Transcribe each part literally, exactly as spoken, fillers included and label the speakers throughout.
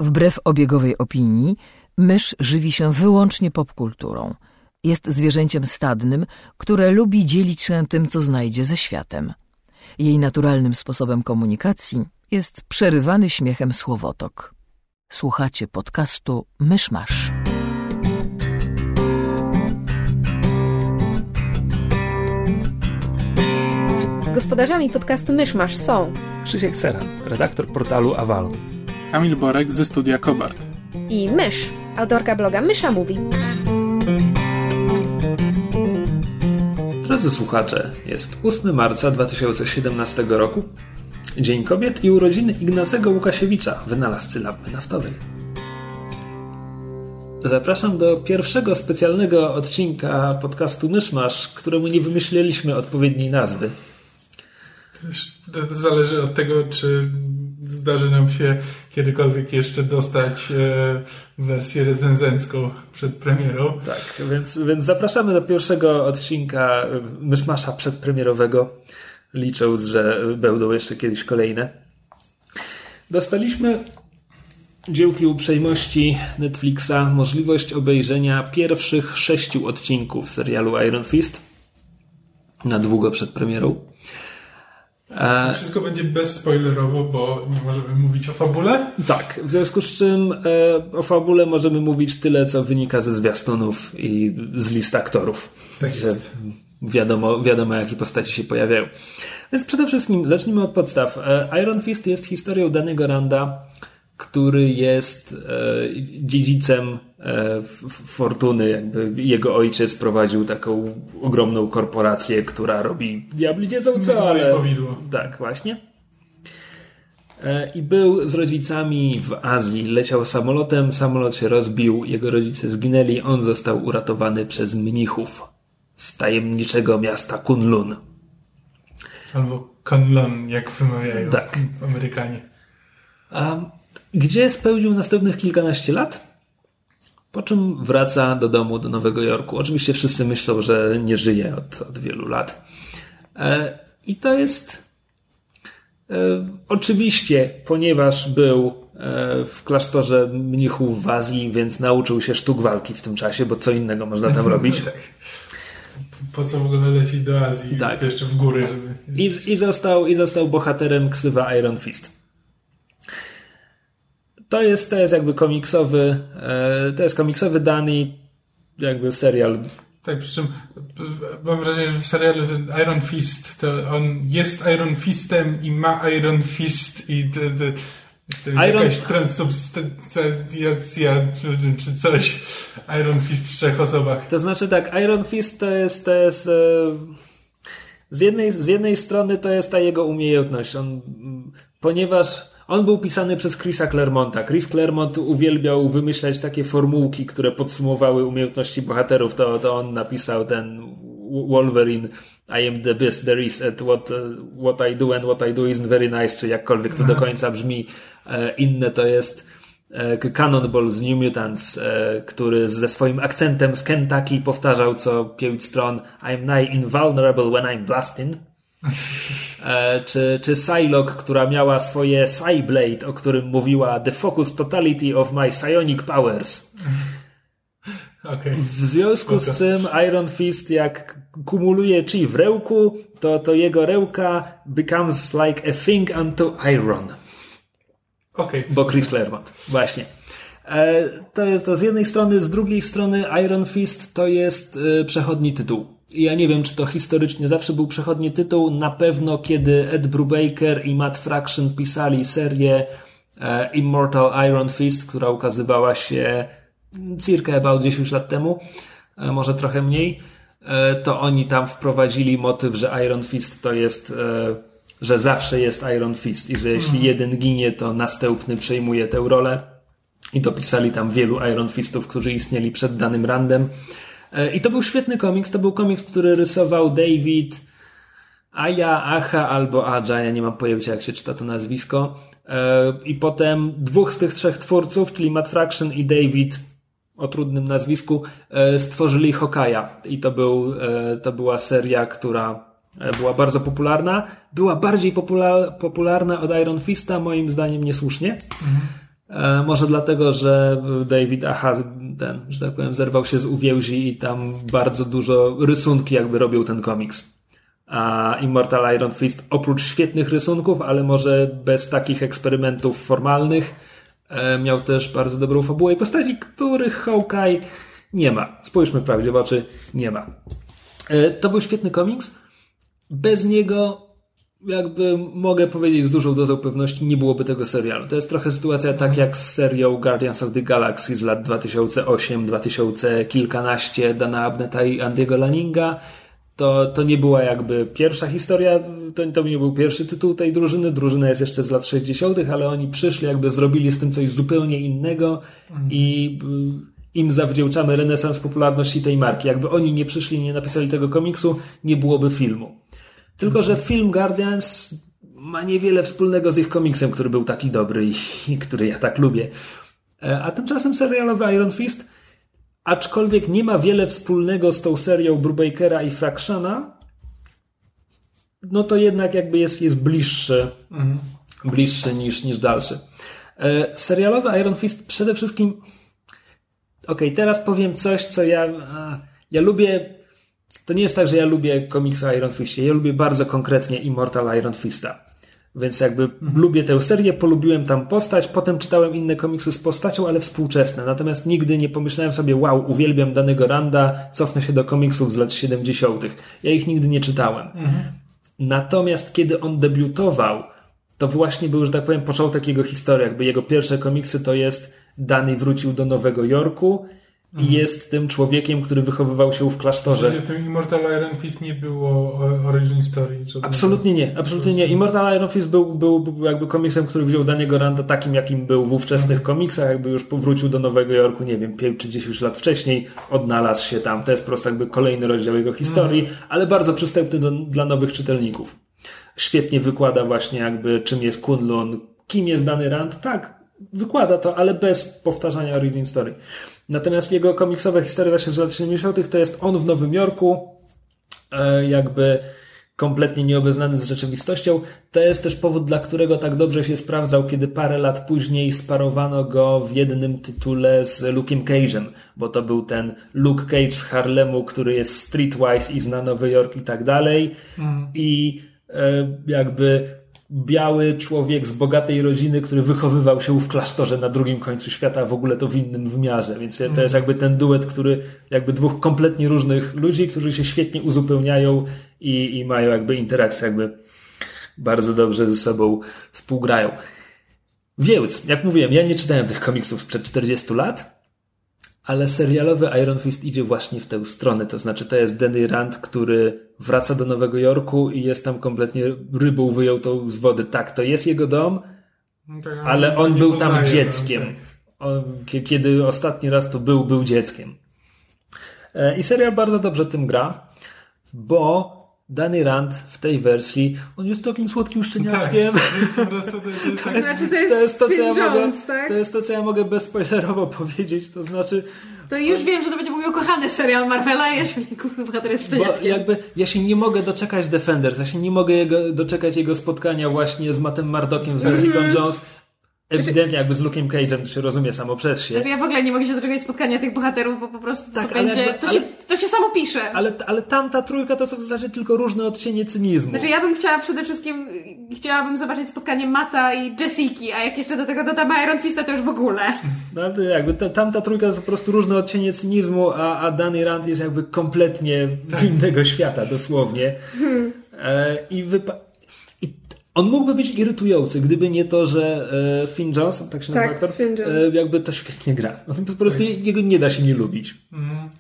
Speaker 1: Wbrew obiegowej opinii, mysz żywi się wyłącznie popkulturą. Jest zwierzęciem stadnym, które lubi dzielić się tym, co znajdzie ze światem. Jej naturalnym sposobem komunikacji jest przerywany śmiechem słowotok. Słuchacie podcastu Myszmasz.
Speaker 2: Gospodarzami podcastu Myszmasz są
Speaker 3: Krzysiek Ceran, redaktor portalu Avalon,
Speaker 4: Kamil Borek ze studia Kobart
Speaker 2: i Mysz, autorka bloga Mysza Mówi.
Speaker 3: Drodzy słuchacze, jest ósmego marca dwa tysiące siedemnastego roku, Dzień Kobiet i urodziny Ignacego Łukasiewicza, wynalazcy lampy naftowej. Zapraszam do pierwszego specjalnego odcinka podcastu Myszmasz, któremu nie wymyśliliśmy odpowiedniej nazwy.
Speaker 4: To zależy od tego, czy zdarzy nam się kiedykolwiek jeszcze dostać e, wersję recenzencką przed premierą.
Speaker 3: Tak, więc, więc zapraszamy do pierwszego odcinka Myszmasza przedpremierowego, licząc, że będą jeszcze kiedyś kolejne. Dostaliśmy dzięki uprzejmości Netflixa możliwość obejrzenia pierwszych sześciu odcinków serialu Iron Fist na długo przed premierą.
Speaker 4: E... Wszystko będzie bezspoilerowo, bo nie możemy mówić o fabule?
Speaker 3: Tak, w związku z czym e, o fabule możemy mówić tyle, co wynika ze zwiastunów i z list aktorów.
Speaker 4: Tak jest.
Speaker 3: Wiadomo, wiadomo, jakie postaci się pojawiają. Więc przede wszystkim zacznijmy od podstaw. E, Iron Fist jest historią Danego Randa, który jest e, dziedzicem e, fortuny. Jakby jego ojciec prowadził taką ogromną korporację, która robi diabli wiedzą co, ale... Tak, właśnie. E, I był z rodzicami w Azji. Leciał samolotem, samolot się rozbił, jego rodzice zginęli, on został uratowany przez mnichów z tajemniczego miasta Kunlun.
Speaker 4: Albo Kunlun, jak wymawiają
Speaker 3: tak.
Speaker 4: Amerykanie.
Speaker 3: A gdzie spełnił następnych kilkanaście lat, po czym wraca do domu do Nowego Jorku. Oczywiście wszyscy myślą, że nie żyje od, od wielu lat. E, I to jest e, oczywiście, ponieważ był e, w klasztorze mnichów w Azji, więc nauczył się sztuk walki w tym czasie, bo co innego można tam robić.
Speaker 4: Tak. Po co w ogóle lecieć do Azji?
Speaker 3: Tak.
Speaker 4: To jeszcze w góry. Żeby...
Speaker 3: I, i, został, I został bohaterem ksywa Iron Fist. To jest, to jest jakby komiksowy, e, to jest komiksowy Dani, jakby serial.
Speaker 4: Tak, przy czym mam wrażenie, że w serialu ten Iron Fist, to on jest Iron Fistem i ma Iron Fist i to, to, to
Speaker 3: Iron...
Speaker 4: jakaś transubstancjacja czy, czy coś. Iron Fist w trzech osobach.
Speaker 3: To znaczy tak, Iron Fist to jest, to jest e, z, jednej, z jednej strony to jest ta jego umiejętność. On, ponieważ on był pisany przez Chrisa Claremonta. Chris Claremont uwielbiał wymyślać takie formułki, które podsumowały umiejętności bohaterów. To, to on napisał ten Wolverine I am the best there is at what, what I do and what I do isn't very nice, czy jakkolwiek to do końca brzmi. Inne to jest Cannonball z New Mutants, który ze swoim akcentem z Kentucky powtarzał co pięć stron I'm nigh invulnerable when I'm blasting. E, czy, czy Psylocke, która miała swoje Psyblade, o którym mówiła The focus totality of my psionic powers.
Speaker 4: Okay.
Speaker 3: W związku z czym Iron Fist jak kumuluje chi w rełku, to, to jego rełka becomes like a thing unto iron.
Speaker 4: Okay.
Speaker 3: Bo Chris Claremont. Właśnie. E, to jest to z jednej strony, z drugiej strony Iron Fist to jest e, przechodni tytuł. Ja nie wiem, czy to historycznie zawsze był przechodni tytuł. Na pewno, kiedy Ed Brubaker i Matt Fraction pisali serię e, Immortal Iron Fist, która ukazywała się circa about dziesięć lat temu, e, może trochę mniej, e, to oni tam wprowadzili motyw, że Iron Fist to jest, e, że zawsze jest Iron Fist i że jeśli mm. jeden ginie, to następny przejmuje tę rolę. I dopisali tam wielu Iron Fistów, którzy istnieli przed danym Randem. I to był świetny komiks. To był komiks, który rysował David Aja, Aja albo Aja. Ja nie mam pojęcia, jak się czyta to nazwisko. I potem dwóch z tych trzech twórców, czyli Matt Fraction i David o trudnym nazwisku, stworzyli Hawkeye'a. I to, był, to była seria, która była bardzo popularna. Była bardziej popular, popularna od Iron Fista, moim zdaniem niesłusznie. Mhm. E, może dlatego, że David Aha, ten, że tak powiem, zerwał się z uwięzi i tam bardzo dużo rysunki jakby robił ten komiks. A Immortal Iron Fist oprócz świetnych rysunków, ale może bez takich eksperymentów formalnych, e, miał też bardzo dobrą fabułę i postaci, których Hawkeye nie ma. Spójrzmy wprawdzie w oczy, nie ma. E, to był świetny komiks. Bez niego, jakby mogę powiedzieć z dużą dozą pewności, nie byłoby tego serialu. To jest trochę sytuacja tak jak z serią Guardians of the Galaxy z lat dwa tysiące osiem, dwa tysiące kilkanaście Dana Abnetta i Andy'ego Lanninga. To, to nie była jakby pierwsza historia, to, to nie był pierwszy tytuł tej drużyny. Drużyna jest jeszcze z lat sześćdziesiątych, ale oni przyszli, jakby zrobili z tym coś zupełnie innego mhm. i im zawdzięczamy renesans popularności tej marki. Jakby oni nie przyszli i nie napisali tego komiksu, nie byłoby filmu. Tylko, że film Guardians ma niewiele wspólnego z ich komiksem, który był taki dobry i, i który ja tak lubię. A tymczasem serialowy Iron Fist, aczkolwiek nie ma wiele wspólnego z tą serią Brubakera i Fractiona, no to jednak jakby jest, jest bliższy, mhm. bliższy niż, niż dalszy. E, serialowy Iron Fist przede wszystkim, okej, okay, teraz powiem coś, co ja, a, ja lubię. To nie jest tak, że ja lubię komiksy o Iron Fistie. Ja lubię bardzo konkretnie Immortal Iron Fista. Więc jakby mhm. lubię tę serię, polubiłem tam postać, potem czytałem inne komiksy z postacią, ale współczesne. Natomiast nigdy nie pomyślałem sobie, wow, uwielbiam danego Randa, cofnę się do komiksów z lat siedemdziesiątych. Ja ich nigdy nie czytałem. Mhm. Natomiast kiedy on debiutował, to właśnie był, że tak powiem, początek jego historii. Jakby jego pierwsze komiksy to jest Danny wrócił do Nowego Jorku i mhm. jest tym człowiekiem, który wychowywał się w klasztorze.
Speaker 4: W tym Immortal Iron Fist nie było origin story?
Speaker 3: Absolutnie nie, absolutnie nie. Immortal Iron Fist był, był, był jakby komiksem, który wziął Danny'ego Randa takim, jakim był w ówczesnych mhm. komiksach, jakby już powrócił do Nowego Jorku, nie wiem, pięć czy dziesięć lat wcześniej, odnalazł się tam. To jest po prostu jakby kolejny rozdział jego historii, mhm. ale bardzo przystępny do, dla nowych czytelników. Świetnie wykłada właśnie jakby czym jest Kunlun, kim jest Danny Rand. Tak, wykłada to, ale bez powtarzania origin story. Natomiast jego komiksowe historie właśnie z lat siedemdziesiątych to jest on w Nowym Jorku, jakby kompletnie nieobeznany z rzeczywistością. To jest też powód, dla którego tak dobrze się sprawdzał, kiedy parę lat później sparowano go w jednym tytule z Luke'em Cage'em, bo to był ten Luke Cage z Harlemu, który jest streetwise i zna Nowy Jork i tak dalej. Mm. I jakby biały człowiek z bogatej rodziny, który wychowywał się w klasztorze na drugim końcu świata, w ogóle to w innym wymiarze. Więc to jest jakby ten duet, który jakby dwóch kompletnie różnych ludzi, którzy się świetnie uzupełniają i, i mają jakby interakcję, jakby bardzo dobrze ze sobą współgrają. Więc, jak mówiłem, ja nie czytałem tych komiksów sprzed czterdziestu lat, ale serialowy Iron Fist idzie właśnie w tę stronę. To znaczy, to jest Danny Rand, który wraca do Nowego Jorku i jest tam kompletnie rybą wyjątą z wody. Tak, to jest jego dom, okay, ale on był tam poznaje, dzieckiem. No, tak. on, kiedy ostatni raz to był, był dzieckiem. I serial bardzo dobrze tym gra, bo Danny Rand w tej wersji, on jest takim słodkim szczeniaczkiem.
Speaker 2: Tak, to jest, to jest, to jest, znaczy to jest, to jest to, co ja mogę, Jones, tak?
Speaker 3: To jest to, co ja mogę bezspoilerowo powiedzieć, to znaczy...
Speaker 2: To już on, wiem, że to będzie mój ukochany serial Marvela, jeżeli kurwa bohater jest szczeniaczkiem.
Speaker 3: Bo jakby ja się nie mogę doczekać Defenders, ja się nie mogę jego, doczekać jego spotkania właśnie z Mattem Murdockiem, z Jessica mm-hmm. Jones. Ewidentnie jakby z Luke'em Cage'em to się rozumie samo przez się.
Speaker 2: Znaczy ja w ogóle nie mogę się doczekać spotkania tych bohaterów, bo po prostu tak, to będzie... Jakby, to, ale, się, to się samo pisze.
Speaker 3: Ale, ale tamta trójka to są w zasadzie tylko różne odcienie cynizmu.
Speaker 2: Znaczy ja bym chciała przede wszystkim... Chciałabym zobaczyć spotkanie Matta i Jessiki, a jak jeszcze do tego dodam Iron Fista, to już w ogóle.
Speaker 3: No ale to jakby to, tamta trójka to są po prostu różne odcienie cynizmu, a, a Danny Rand jest jakby kompletnie z innego świata, dosłownie. Hmm. E, I wypa... On mógłby być irytujący, gdyby nie to, że e, Finn Jones, tak się nazywa aktor, e, jakby to świetnie gra. Po prostu tak. Jego nie da się nie lubić. Mm.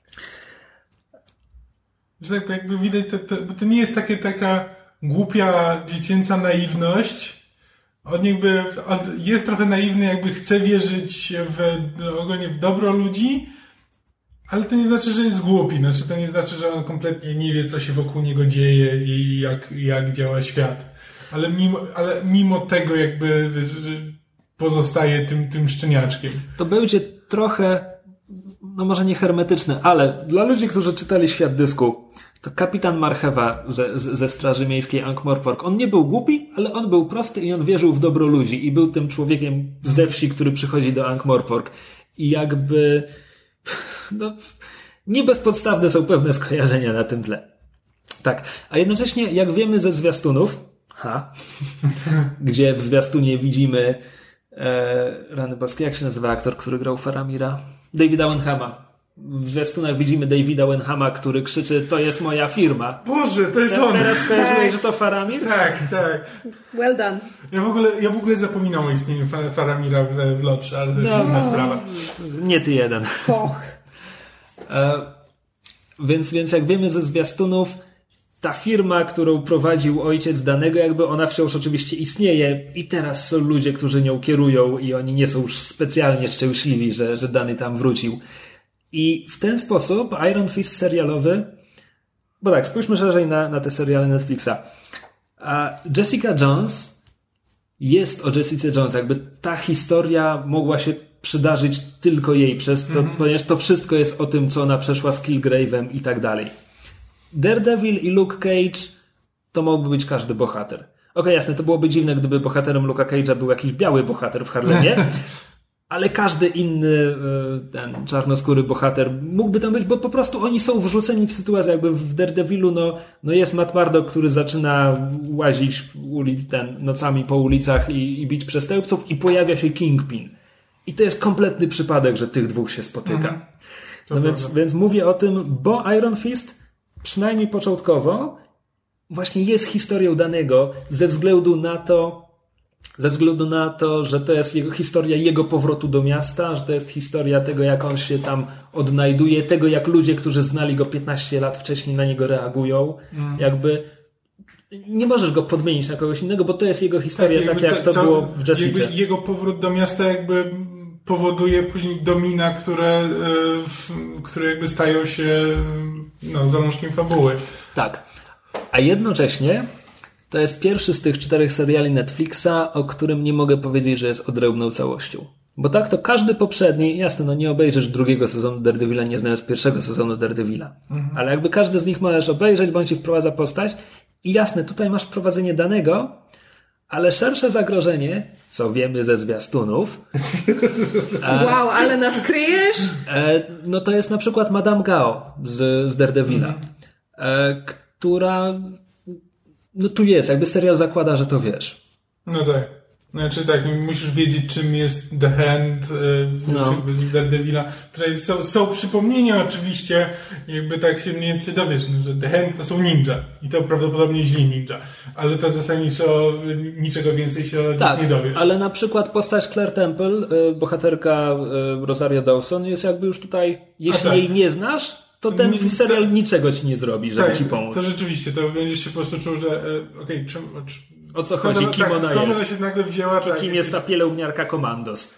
Speaker 4: Że tak jakby widać, to, to, to nie jest takie, taka głupia, dziecięca naiwność. On jakby on jest trochę naiwny, jakby chce wierzyć w, ogólnie w dobro ludzi, ale to nie znaczy, że jest głupi. Znaczy, to nie znaczy, że on kompletnie nie wie, co się wokół niego dzieje i jak, jak działa świat. Ale mimo, ale mimo tego jakby pozostaje tym, tym szczeniaczkiem.
Speaker 3: To będzie trochę, no może nie hermetyczne, ale dla ludzi, którzy czytali Świat Dysku, to kapitan Marchewa ze, ze Straży Miejskiej Ankh-Morpork. On nie był głupi, ale on był prosty i on wierzył w dobro ludzi i był tym człowiekiem ze wsi, który przychodzi do Ankh-Morpork. I jakby no, nie bezpodstawne są pewne skojarzenia na tym tle. Tak, a jednocześnie jak wiemy ze zwiastunów, ha, gdzie w zwiastunie widzimy e, rany boskie, jak się nazywa aktor, który grał Faramira? Davida Wenhama. W zwiastunach widzimy Davida Wenhama, który krzyczy, to jest moja firma.
Speaker 4: Boże, to jest
Speaker 3: Ja
Speaker 4: on.
Speaker 3: teraz skojarzyłeś, że to Faramir?
Speaker 4: Tak, tak.
Speaker 2: Well done.
Speaker 4: Ja w ogóle, ja w ogóle zapominam o istnieniu Fa- Faramira w, w Lotrze, ale to jest
Speaker 3: No.
Speaker 4: inna sprawa.
Speaker 3: Nie ty jeden.
Speaker 2: Koch.
Speaker 3: E, więc, więc jak wiemy ze zwiastunów, ta firma, którą prowadził ojciec danego, jakby ona wciąż oczywiście istnieje i teraz są ludzie, którzy nią kierują i oni nie są już specjalnie szczęśliwi, że, że dany tam wrócił. I w ten sposób Iron Fist serialowy, bo tak, spójrzmy szerzej na, na te seriale Netflixa. A Jessica Jones jest o Jessice Jones, jakby ta historia mogła się przydarzyć tylko jej, przez to, mm-hmm. ponieważ to wszystko jest o tym, co ona przeszła z Killgrave'em i tak dalej. Daredevil i Luke Cage to mógłby być każdy bohater. Okej, okay, jasne, to byłoby dziwne, gdyby bohaterem Luke'a Cage'a był jakiś biały bohater w Harlemie, ale każdy inny ten czarnoskóry bohater mógłby tam być, bo po prostu oni są wrzuceni w sytuację, jakby w Daredevilu no, no jest Matt Murdock, który zaczyna łazić ulic, ten, nocami po ulicach i, i bić przestępców i pojawia się Kingpin. I to jest kompletny przypadek, że tych dwóch się spotyka. Mhm. No więc, więc mówię o tym, bo Iron Fist przynajmniej początkowo właśnie jest historią danego ze względu na to, ze względu na to, że to jest jego historia jego powrotu do miasta, że to jest historia tego, jak on się tam odnajduje, tego, jak ludzie, którzy znali go piętnaście lat wcześniej, na niego reagują. Mm. Jakby nie możesz go podmienić na kogoś innego, bo to jest jego historia, tak, tak jak co, to było w Jessice.
Speaker 4: Jakby jego powrót do miasta jakby powoduje później domina, które, które jakby stają się no, zalążkiem fabuły. Tak.
Speaker 3: A jednocześnie to jest pierwszy z tych czterech seriali Netflixa, o którym nie mogę powiedzieć, że jest odrębną całością. Bo tak to każdy poprzedni, jasne, no nie obejrzysz drugiego sezonu Daredevila, nie znając pierwszego sezonu Daredevila. Mhm. Ale jakby każdy z nich możesz obejrzeć, bo on ci wprowadza postać. I jasne, tutaj masz wprowadzenie danego, ale szersze zagrożenie, co wiemy ze zwiastunów.
Speaker 2: Wow, ale nas kryjesz?
Speaker 3: E, no to jest na przykład Madame Gao z, z Daredevila, mhm. e, która no tu jest, jakby serial zakłada, że to wiesz.
Speaker 4: No tak. Znaczy tak, musisz wiedzieć, czym jest The Hand yy, no. jakby z Daredevila. Tutaj są, są przypomnienia oczywiście, jakby tak się mniej więcej dowiesz, no, że The Hand to są ninja i to prawdopodobnie źli ninja, ale to zasadniczo niczego więcej się
Speaker 3: tak,
Speaker 4: nie dowiesz.
Speaker 3: Ale na przykład postać Claire Temple, yy, bohaterka yy, Rosario Dawson jest jakby już tutaj, jeśli tak. jej nie znasz, to, to ten nie, serial to, niczego ci nie zrobi, żeby
Speaker 4: tak,
Speaker 3: ci pomóc.
Speaker 4: To rzeczywiście, to będziesz się po prostu czuł, że e, okej, okay, czym...
Speaker 3: O co skąd chodzi? Kim
Speaker 4: tak,
Speaker 3: ona
Speaker 4: skąd
Speaker 3: jest?
Speaker 4: Ona się nagle wzięła, tak,
Speaker 3: kim jest ta pielęgniarka Komandos?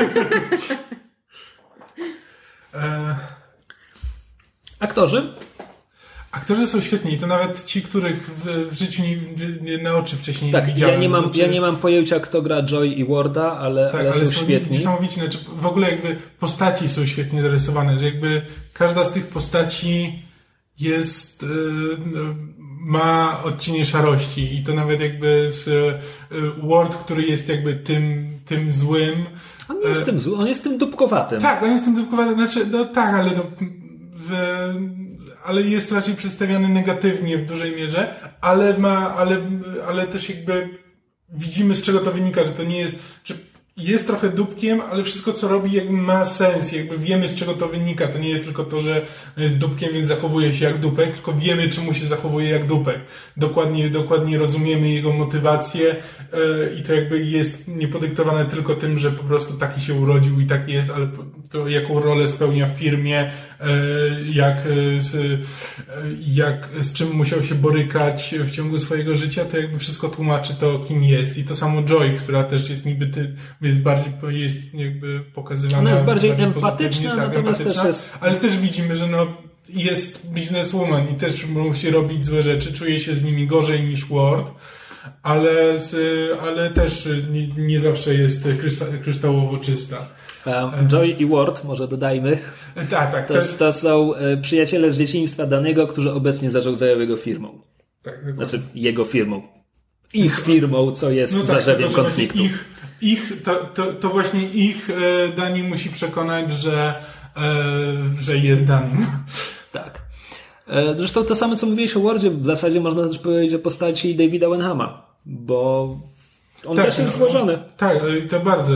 Speaker 4: e...
Speaker 3: Aktorzy?
Speaker 4: Aktorzy są świetni i to nawet ci, których w, w życiu nie, nie, na oczy wcześniej
Speaker 3: tak,
Speaker 4: nie widziałem.
Speaker 3: Ja nie, mam,
Speaker 4: znaczy...
Speaker 3: ja nie mam pojęcia, kto gra Joy i Warda, ale,
Speaker 4: tak,
Speaker 3: ale,
Speaker 4: ale
Speaker 3: są,
Speaker 4: są
Speaker 3: świetni.
Speaker 4: Niesamowicie, znaczy w ogóle jakby postaci są świetnie zarysowane, że jakby każda z tych postaci jest... Yy, ma odcienie szarości i to nawet jakby Ward, który jest jakby tym, tym złym.
Speaker 3: On nie jest e... tym złym, on jest tym dupkowatym.
Speaker 4: Tak, on jest tym dupkowatym, znaczy, no tak, ale no, w, ale jest raczej przedstawiany negatywnie w dużej mierze, ale ma, ale, ale też jakby widzimy, z czego to wynika, że to nie jest, że jest trochę dupkiem, ale wszystko, co robi, jakby ma sens, jakby wiemy, z czego to wynika. To nie jest tylko to, że jest dupkiem, więc zachowuje się jak dupek, tylko wiemy, czemu się zachowuje jak dupek. Dokładnie, dokładnie rozumiemy jego motywację yy, i to jakby jest niepodyktowane tylko tym, że po prostu taki się urodził i taki jest, ale to jaką rolę spełnia w firmie, yy, jak, yy, z, yy, jak, z czym musiał się borykać w ciągu swojego życia, to jakby wszystko tłumaczy to, kim jest. I to samo Joy, która też jest niby ty, jest bardziej, jest jakby pokazywana.
Speaker 3: Ona jest bardziej, bardziej empatyczna, tak, natomiast empatyczna, też jest...
Speaker 4: ale też widzimy, że no, jest bizneswoman i też musi robić złe rzeczy, czuje się z nimi gorzej niż Ward, ale, z, ale też nie, nie zawsze jest kryszta, kryształowo czysta.
Speaker 3: Um, Joy i Ward, może dodajmy.
Speaker 4: Tak, tak.
Speaker 3: To, to są przyjaciele z dzieciństwa danego, którzy obecnie zarządzają jego firmą.
Speaker 4: Tak,
Speaker 3: znaczy jego firmą. Ich firmą, co jest no tak, zarzewiem tylko, konfliktu.
Speaker 4: Ich, ich, to, to, to właśnie ich e, Dani musi przekonać, że, e, że jest Danim.
Speaker 3: Tak. E, zresztą to samo, co mówiłeś o Wardzie, w zasadzie można też powiedzieć o postaci Davida Wenhama, bo on
Speaker 4: tak,
Speaker 3: też jest
Speaker 4: no,
Speaker 3: złożony.
Speaker 4: Tak, to bardzo.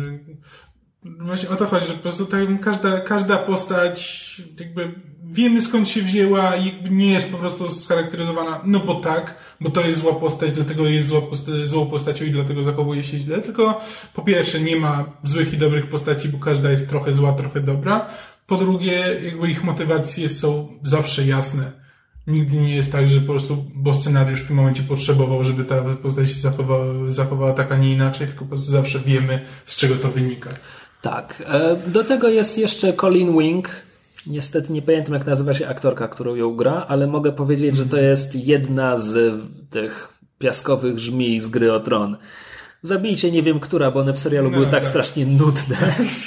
Speaker 4: Właśnie o to chodzi, że po prostu tak każda, każda postać jakby wiemy skąd się wzięła i jakby nie jest po prostu scharakteryzowana, no bo tak, bo to jest zła postać, dlatego jest zła posta- złą postacią i dlatego zachowuje się źle, tylko po pierwsze nie ma złych i dobrych postaci, bo każda jest trochę zła, trochę dobra. Po drugie, jakby ich motywacje są zawsze jasne. Nigdy nie jest tak, że po prostu, bo scenariusz w tym momencie potrzebował, żeby ta postać się zachowała, zachowała tak, a nie inaczej, tylko po prostu zawsze wiemy, z czego to wynika.
Speaker 3: Tak. Do tego jest jeszcze Colleen Wing. Niestety nie pamiętam, jak nazywa się aktorka, którą ją gra, ale mogę powiedzieć, że to jest jedna z tych piaskowych żmij z Gry o Tron. Zabijcie, nie wiem która, bo one w serialu no, były tak, tak strasznie nudne.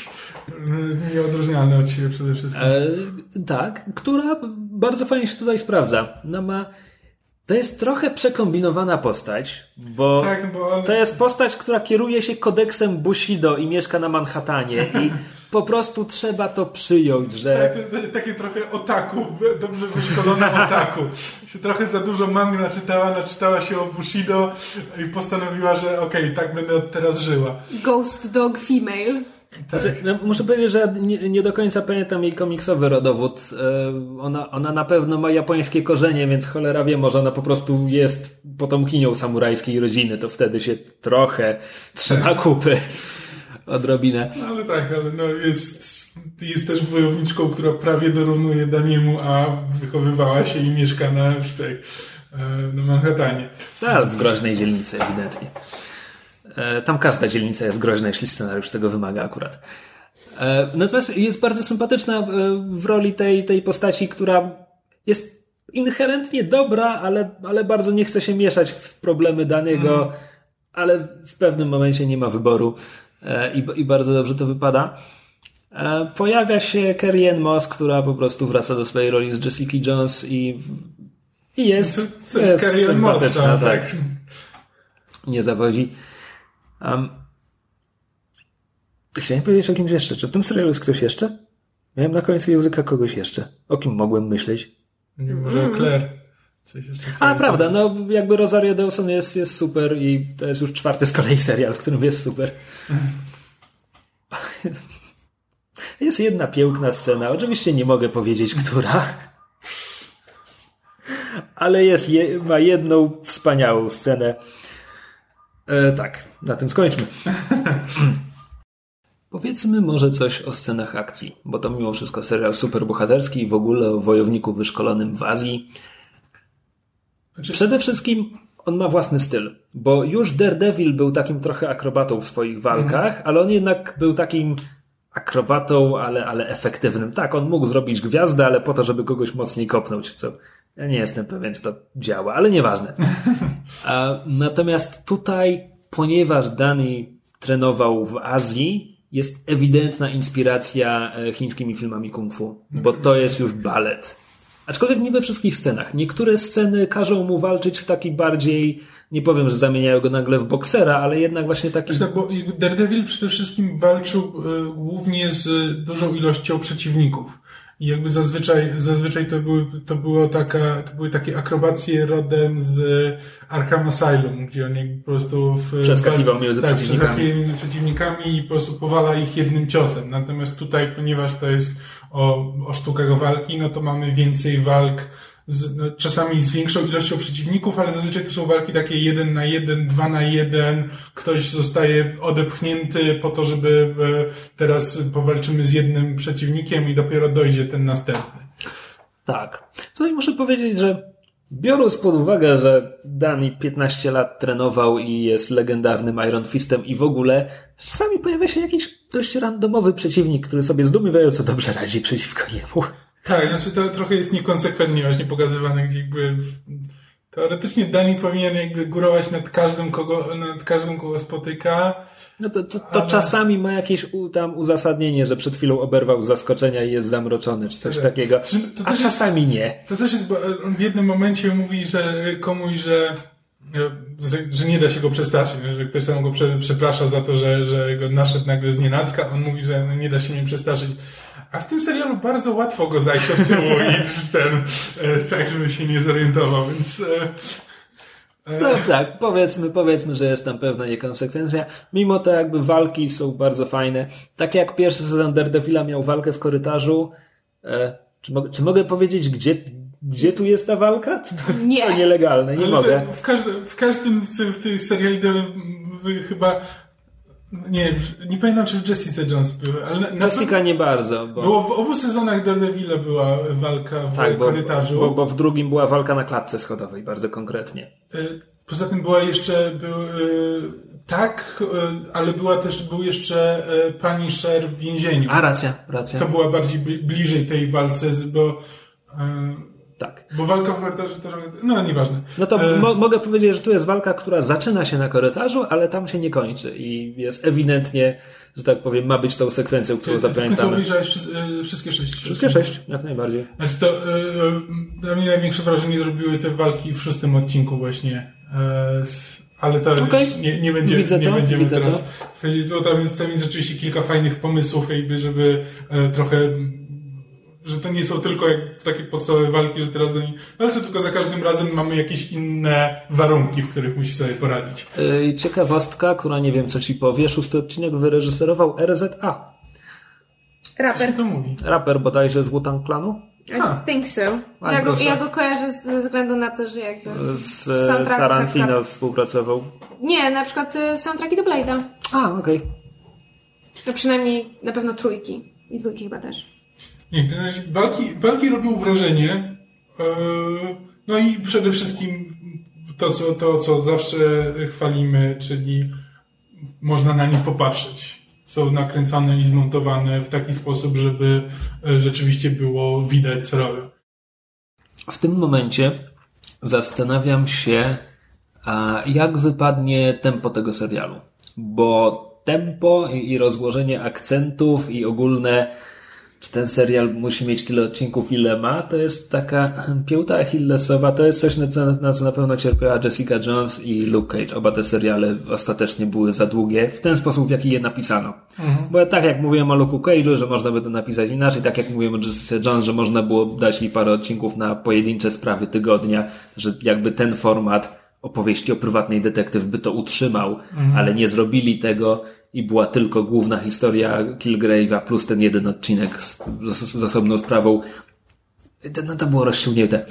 Speaker 4: Nieodróżnialne od siebie przede wszystkim. E,
Speaker 3: tak, która bardzo fajnie się tutaj sprawdza. No ma... To jest trochę przekombinowana postać, bo, tak, bo on... to jest postać, która kieruje się kodeksem Bushido i mieszka na Manhattanie i po prostu trzeba to przyjąć, że...
Speaker 4: Tak, to jest takie trochę otaku, dobrze wyszkolone otaku. Się trochę za dużo mangi naczytała, naczytała się o Bushido i postanowiła, że okej, okay, tak będę od teraz żyła.
Speaker 2: Ghost Dog Female.
Speaker 3: Tak. Znaczy, no, muszę powiedzieć, że nie, nie do końca pamiętam jej komiksowy rodowód. Ona, ona na pewno ma japońskie korzenie, więc cholera wie, może ona po prostu jest potomkinią samurajskiej rodziny, to wtedy się trochę trzyma kupy odrobinę.
Speaker 4: No, ale tak, ale no jest, jest też wojowniczką, która prawie dorównuje Daniemu, a wychowywała się i mieszka na, w tej, na Manhattanie.
Speaker 3: No, w groźnej dzielnicy ewidentnie. Tam każda dzielnica jest groźna, jeśli scenariusz tego wymaga akurat. Natomiast jest bardzo sympatyczna w roli tej, tej postaci, która jest inherentnie dobra, ale, ale bardzo nie chce się mieszać w problemy danego, mm. ale w pewnym momencie nie ma wyboru i, i bardzo dobrze to wypada. Pojawia się Carrie Ann Moss, która po prostu wraca do swojej roli z Jessica Jones i, i jest,
Speaker 4: to, to jest, jest sympatyczna.
Speaker 3: Moss, tak. Nie zawodzi. Um, chciałem powiedzieć o kimś jeszcze. Czy w tym serialu jest ktoś jeszcze? Miałem na końcu języka kogoś jeszcze. O kim mogłem myśleć?
Speaker 4: Nie, może o Claire. Coś jeszcze
Speaker 3: A, prawda. No, jakby Rosario Dawson jest, jest super i to jest już czwarty z kolei serial, w którym jest super. Jest jedna piękna scena. Oczywiście nie mogę powiedzieć, która. Ale jest, je, ma jedną wspaniałą scenę. E, tak, na tym skończmy. Powiedzmy może coś o scenach akcji, bo to mimo wszystko serial superbohaterski i w ogóle o wojowniku wyszkolonym w Azji. Znaczy... Przede wszystkim on ma własny styl, bo już Daredevil był takim trochę akrobatą w swoich walkach, mm. ale on jednak był takim akrobatą, ale, ale efektywnym. Tak, on mógł zrobić gwiazdę, ale po to, żeby kogoś mocniej kopnąć, co ja nie jestem pewien, czy to działa, ale nieważne. A, natomiast tutaj, ponieważ Dany trenował w Azji, jest ewidentna inspiracja chińskimi filmami kung fu, bo to jest już balet. Aczkolwiek nie we wszystkich scenach. Niektóre sceny każą mu walczyć w taki bardziej, nie powiem, że zamieniają go nagle w boksera, ale jednak właśnie taki...
Speaker 4: Znaczy, bo Daredevil przede wszystkim walczył y, głównie z dużą ilością przeciwników. I jakby zazwyczaj, zazwyczaj to były, to było taka, to były takie akrobacje rodem z Arkham Asylum, gdzie on jakby po prostu w,
Speaker 3: przeskakiwał między
Speaker 4: tak,
Speaker 3: przeciwnikami.
Speaker 4: między przeciwnikami i po prostu powala ich jednym ciosem. Natomiast tutaj, ponieważ to jest o, o sztukach walki, no to mamy więcej walk z, no, czasami z większą ilością przeciwników, ale zazwyczaj to są walki takie jeden na jeden, dwa na jeden. Ktoś zostaje odepchnięty po to, żeby e, teraz powalczymy z jednym przeciwnikiem i dopiero dojdzie ten następny.
Speaker 3: Tak. Tutaj muszę powiedzieć, że biorąc pod uwagę, że Dany piętnaście lat trenował i jest legendarnym Iron Fistem i w ogóle czasami pojawia się jakiś dość randomowy przeciwnik, który sobie zdumiewająco dobrze radzi przeciwko niemu.
Speaker 4: Tak, znaczy to trochę jest niekonsekwentnie właśnie pokazywane, gdzie jakby teoretycznie Dany powinien jakby górować nad każdym, kogo, nad każdym, kogo spotyka
Speaker 3: No to, to, to
Speaker 4: Ale...
Speaker 3: czasami ma jakieś u, tam uzasadnienie, że przed chwilą oberwał z zaskoczenia i jest zamroczony, czy coś tak. takiego. To a czasami
Speaker 4: jest,
Speaker 3: nie.
Speaker 4: To też jest, bo on w jednym momencie mówi, że komuś, że, że nie da się go przestraszyć, że ktoś tam go prze, przeprasza za to, że, że go naszedł nagle z nienacka, on mówi, że nie da się mnie przestraszyć. A w tym serialu bardzo łatwo go zajść od tyłu i ten, tak, żeby się nie zorientował, więc...
Speaker 3: No tak, powiedzmy, powiedzmy, że jest tam pewna niekonsekwencja. Mimo to jakby walki są bardzo fajne. Tak jak pierwszy sezon Daredevila miał walkę w korytarzu. E, czy, mo- czy mogę powiedzieć, gdzie, gdzie tu jest ta walka? Czy to,
Speaker 2: nie.
Speaker 3: to nielegalne? Nie
Speaker 4: Ale
Speaker 3: mogę.
Speaker 4: To, w, każdym, w każdym w tych seriali to, chyba... Nie, nie pamiętam, czy w Jessica Jones były, ale na, na
Speaker 3: Jessica
Speaker 4: to,
Speaker 3: nie bardzo. Bo...
Speaker 4: Było w obu sezonach Daredevila była walka w
Speaker 3: tak, bo,
Speaker 4: korytarzu.
Speaker 3: Bo, bo w drugim była walka na klatce schodowej, bardzo konkretnie.
Speaker 4: Poza tym była jeszcze, był, tak, ale była też, był jeszcze Punisher w więzieniu.
Speaker 3: A, racja, racja.
Speaker 4: To była bardziej bliżej tej walce, bo
Speaker 3: tak.
Speaker 4: Bo walka w korytarzu to no nieważne.
Speaker 3: No to
Speaker 4: e...
Speaker 3: mo- mogę powiedzieć, że tu jest walka, która zaczyna się na korytarzu, ale tam się nie kończy i jest ewidentnie, że tak powiem, ma być tą sekwencją, którą
Speaker 4: Ty,
Speaker 3: zapamiętamy.
Speaker 4: Ty obejrzałeś wszystkie sześć?
Speaker 3: Wszystkie sześć, jak najbardziej.
Speaker 4: Znaczy to e, dla mnie największe wrażenie zrobiły te walki w szóstym odcinku właśnie. E, ale to okay. nie, nie, będzie,
Speaker 3: widzę
Speaker 4: nie
Speaker 3: to,
Speaker 4: będziemy
Speaker 3: widzę
Speaker 4: teraz...
Speaker 3: To.
Speaker 4: Bo tam, jest, tam jest rzeczywiście kilka fajnych pomysłów, jakby, żeby e, trochę... że to nie są tylko jak takie podstawowe walki, że teraz do nich walczę, tylko za każdym razem mamy jakieś inne warunki, w których musi sobie poradzić.
Speaker 3: Yy, ciekawostka, która nie wiem, co ci powie. Szósty odcinek wyreżyserował R Z A.
Speaker 2: Raper.
Speaker 4: Co to mówi?
Speaker 3: Raper bodajże z Wu-Tang Clanu?
Speaker 2: I think so. Ja go, ja go kojarzę ze względu na to, że jakby...
Speaker 3: Z Tarantino przykład... współpracował.
Speaker 2: Nie, na przykład soundtracki do Blade'a.
Speaker 3: A, okej. Okay.
Speaker 2: To przynajmniej na pewno trójki. I dwójki chyba też.
Speaker 4: Nie, walki, walki robią wrażenie. No i przede wszystkim to co, to, co zawsze chwalimy, czyli można na nie popatrzeć. Są nakręcane i zmontowane w taki sposób, żeby rzeczywiście było widać, co robią.
Speaker 3: W tym momencie zastanawiam się, jak wypadnie tempo tego serialu. Bo tempo i rozłożenie akcentów i ogólne, czy ten serial musi mieć tyle odcinków, ile ma, to jest taka pięta achillesowa, to jest coś, na co, na co na pewno cierpiała Jessica Jones i Luke Cage. Oba te seriale ostatecznie były za długie, w ten sposób, w jaki je napisano. Mhm. Bo tak jak mówiłem o Luke'u Cage'u, że można by to napisać inaczej, tak jak mówiłem o Jessica Jones, że można było dać jej parę odcinków na pojedyncze sprawy tygodnia, że jakby ten format opowieści o prywatnej detektyw by to utrzymał, mhm. ale nie zrobili tego i była tylko główna historia Kilgrave'a plus ten jeden odcinek z, z, z osobną sprawą. No to było rozciągnięte.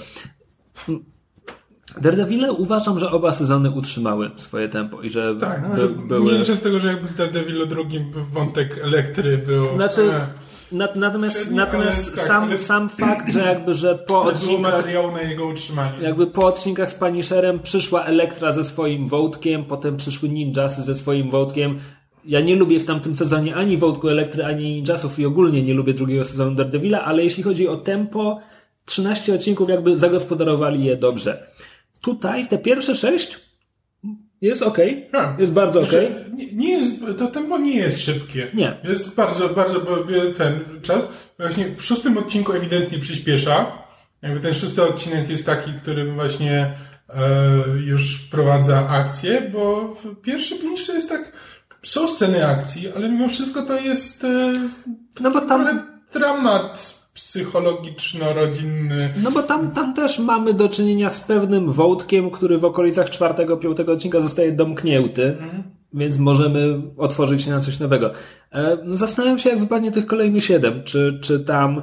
Speaker 3: Daredevile uważam, że oba sezony utrzymały swoje tempo i że,
Speaker 4: tak, no,
Speaker 3: by,
Speaker 4: że
Speaker 3: były...
Speaker 4: nie liczę z tego, że jakby w Daredevil drugim wątek Elektry był...
Speaker 3: Znaczy,
Speaker 4: e,
Speaker 3: nat, natomiast,
Speaker 4: średni,
Speaker 3: natomiast
Speaker 4: tak,
Speaker 3: sam,
Speaker 4: ale...
Speaker 3: sam fakt, że jakby, że po odcinkach...
Speaker 4: materiału na jego utrzymanie.
Speaker 3: Jakby po odcinkach z Punisherem przyszła Elektra ze swoim wątkiem, potem przyszły Ninjasy ze swoim wątkiem. Ja nie lubię w tamtym sezonie ani wątku Elektry, ani Ninjasów i ogólnie nie lubię drugiego sezonu Daredevila, ale jeśli chodzi o tempo, trzynaście odcinków jakby zagospodarowali je dobrze. Tutaj te pierwsze sześć jest okej, okay. jest bardzo okej. Okay.
Speaker 4: Znaczy, nie, nie jest, to tempo nie jest szybkie.
Speaker 3: Nie.
Speaker 4: Jest bardzo, bardzo ten czas. Właśnie w szóstym odcinku ewidentnie przyspiesza. Jakby ten szósty odcinek jest taki, który właśnie e, już wprowadza akcję, bo w pierwszym pięć to jest tak, są sceny akcji, ale mimo wszystko to jest e,
Speaker 3: no bo tam
Speaker 4: dramat psychologiczno-rodzinny.
Speaker 3: No bo tam, tam też mamy do czynienia z pewnym wątkiem, który w okolicach czwartego, piątego odcinka zostaje domknięty, mm. więc możemy otworzyć się na coś nowego. E, no zastanawiam się, jak wypadnie tych kolejnych siedem. Czy, czy tam...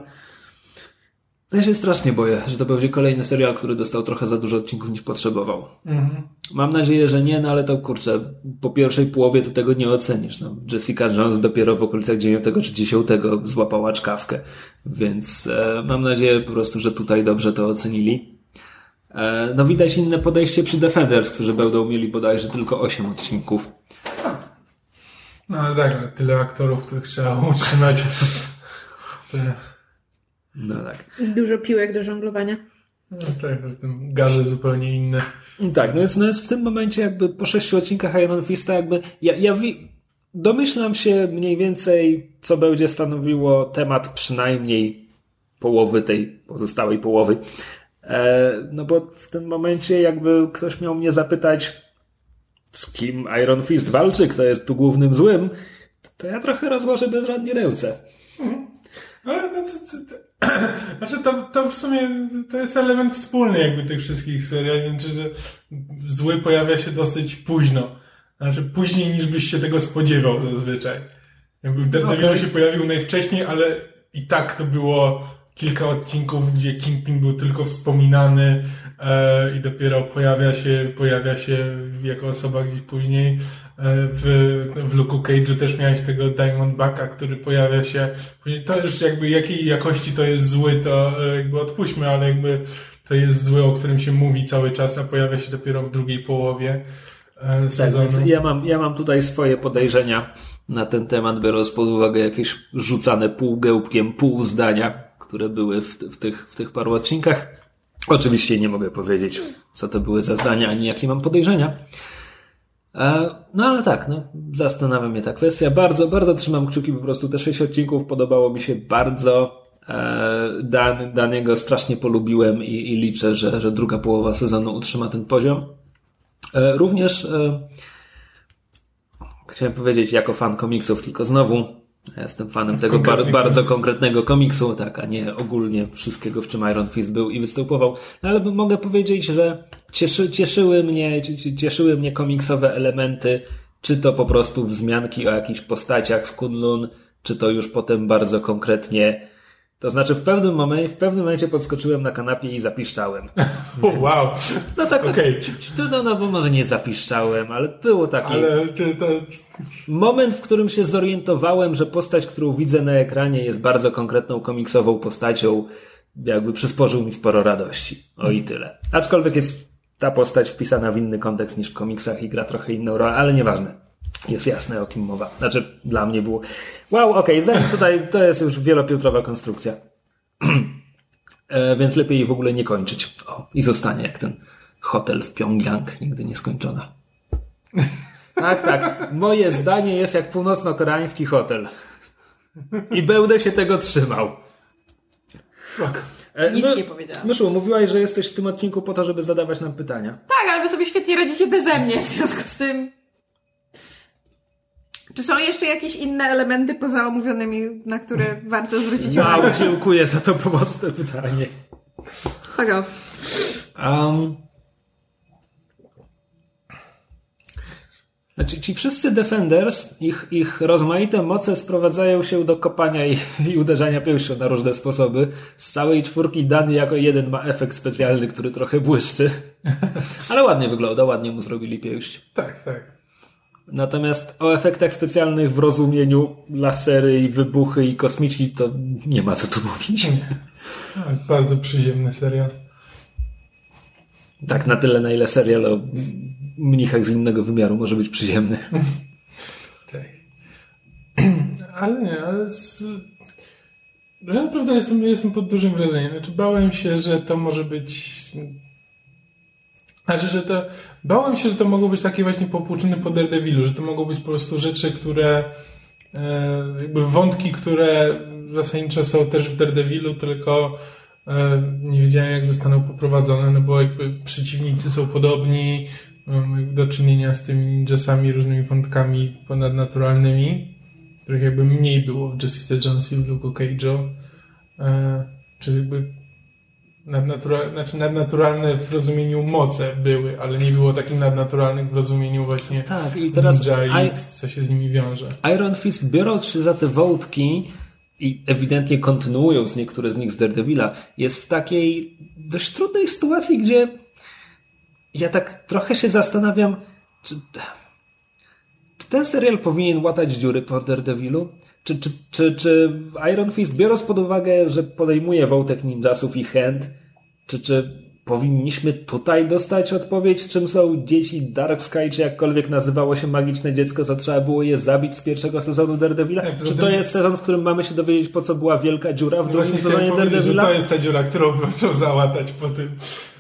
Speaker 3: Ja się strasznie boję, że to będzie kolejny serial, który dostał trochę za dużo odcinków niż potrzebował. Mm. Mam nadzieję, że nie, no ale to kurczę, po pierwszej połowie to tego nie ocenisz. No, Jessica Jones dopiero w okolicach dziewiątego czy dziesiątego złapała czkawkę, więc e, mam nadzieję po prostu, że tutaj dobrze to ocenili. E, no widać inne podejście przy Defenders, którzy będą mieli bodajże tylko osiem odcinków.
Speaker 4: No ale tak, tyle aktorów, których trzeba utrzymać. to...
Speaker 3: No tak.
Speaker 2: Dużo piłek do żonglowania.
Speaker 4: No tak, z tym garze zupełnie inne.
Speaker 3: Tak, no więc, no więc w tym momencie jakby po sześciu odcinkach Iron Fista jakby ja, ja wi- domyślam się mniej więcej, co będzie stanowiło temat przynajmniej połowy tej pozostałej połowy. E, no bo w tym momencie jakby ktoś miał mnie zapytać, z kim Iron Fist walczy, kto jest tu głównym złym, to ja trochę rozłożę bezradnie ręce.
Speaker 4: Hmm. Ale no to, to, to, znaczy to, to w sumie to jest element wspólny jakby tych wszystkich seriali, znaczy, że zły pojawia się dosyć późno. Znaczy później niż byś się tego spodziewał zazwyczaj. Jakby w Daredevilu okay. się pojawił najwcześniej, ale i tak to było kilka odcinków, gdzie Kingpin był tylko wspominany e, i dopiero pojawia się, pojawia się jako osoba gdzieś później. E, w, w Luke'u Cage'u też miałeś tego Diamondbacka, który pojawia się później. To już jakby jakiej jakości to jest zły, to e, jakby odpuśćmy, ale jakby to jest zły, o którym się mówi cały czas, a pojawia się dopiero w drugiej połowie e, sezonu.
Speaker 3: Tak, więc ja mam, ja mam tutaj swoje podejrzenia na ten temat, biorąc pod uwagę jakieś rzucane półgełbkiem, pół zdania, które były w, w, tych, w tych paru odcinkach. Oczywiście nie mogę powiedzieć, co to były za zdania, ani jakie mam podejrzenia. E, no ale tak, no, zastanawia mnie ta kwestia. Bardzo, bardzo trzymam kciuki, po prostu te sześć odcinków podobało mi się bardzo. E, Dan, Daniego strasznie polubiłem i, i liczę, że, że druga połowa sezonu utrzyma ten poziom. E, również e, chciałem powiedzieć jako fan komiksów, tylko znowu ja jestem fanem tego bar- bardzo konkretnego komiksu, tak, a nie ogólnie wszystkiego, w czym Iron Fist był i występował. No ale mogę powiedzieć, że cieszy, cieszyły mnie, cieszyły mnie komiksowe elementy, czy to po prostu wzmianki o jakichś postaciach z Kunlun, czy to już potem bardzo konkretnie. To znaczy w pewnym momencie, w pewnym momencie podskoczyłem na kanapie i zapiszczałem.
Speaker 4: Więc, wow.
Speaker 3: No tak,
Speaker 4: okay.
Speaker 3: to, no, no bo może nie zapiszczałem, ale było takie...
Speaker 4: Ale ty, to...
Speaker 3: Moment, w którym się zorientowałem, że postać, którą widzę na ekranie jest bardzo konkretną komiksową postacią, jakby przysporzył mi sporo radości. O i tyle. Aczkolwiek jest ta postać wpisana w inny kontekst niż w komiksach i gra trochę inną rolę, ale nieważne. Jest jasne, o kim mowa. Znaczy, dla mnie było... Wow, okej, okay, tutaj to jest już wielopiętrowa konstrukcja. e, więc lepiej jej w ogóle nie kończyć. O, i zostanie jak ten hotel w Pjongjang, nigdy nieskończona. Tak, tak. Moje zdanie jest jak północno-koreański hotel. I będę się tego trzymał.
Speaker 2: E, Nic my, nie powiedziałam.
Speaker 3: Myszu, mówiłaś, że jesteś w tym odcinku po to, żeby zadawać nam pytania.
Speaker 2: Tak, ale wy sobie świetnie radzicie beze mnie, w związku z tym... Czy są jeszcze jakieś inne elementy poza omówionymi, na które warto zwrócić uwagę?
Speaker 3: Wow, dziękuję za to pomocne pytanie.
Speaker 2: Fuck off.
Speaker 3: Um, znaczy, ci wszyscy Defenders, ich, ich rozmaite moce sprowadzają się do kopania i, i uderzania pięścią na różne sposoby. Z całej czwórki Dany jako jeden ma efekt specjalny, który trochę błyszczy. Ale ładnie wygląda, ładnie mu zrobili pięść.
Speaker 4: Tak, tak.
Speaker 3: Natomiast o efektach specjalnych w rozumieniu lasery i wybuchy i kosmiczni to nie ma co tu mówić.
Speaker 4: No, bardzo przyziemny serial.
Speaker 3: Tak, na tyle na ile serial o mnichach z innego wymiaru może być przyziemny.
Speaker 4: Tak. Ale nie, ale z... Ja naprawdę jestem, jestem pod dużym wrażeniem. Znaczy bałem się, że to może być... Znaczy, że to... Bałem się, że to mogą być takie właśnie popłuczyny po Daredevilu, że to mogą być po prostu rzeczy, które... E, jakby wątki, które zasadniczo są też w Daredevilu, tylko e, nie wiedziałem, jak zostaną poprowadzone, no bo jakby przeciwnicy są podobni, mam do czynienia z tymi ninjasami, różnymi wątkami ponadnaturalnymi, których jakby mniej było w Jessica Jones i w Luke'u Cage'u. E, czy jakby nadnatura- znaczy nadnaturalne w rozumieniu moce były, ale nie było takich nadnaturalnych w rozumieniu właśnie
Speaker 3: tak, i teraz
Speaker 4: ninja i
Speaker 3: I...
Speaker 4: co się z nimi wiąże.
Speaker 3: Iron Fist, biorąc się za te wątki i ewidentnie kontynuując niektóre z nich z Daredevila, jest w takiej dość trudnej sytuacji, gdzie ja tak trochę się zastanawiam, czy, czy ten serial powinien łatać dziury po Daredevilu? Czy, czy, czy, czy Iron Fist, biorąc pod uwagę, że podejmuje wątek ninjasów i Hand, czy, czy powinniśmy tutaj dostać odpowiedź, czym są dzieci Darkseid, czy jakkolwiek nazywało się magiczne dziecko, co trzeba było je zabić z pierwszego sezonu Daredevila? Tak, czy to jest sezon, w którym mamy się dowiedzieć, po co była wielka dziura w drugim sezonie Daredevila?
Speaker 4: To jest ta dziura, którą muszą załatać po tym.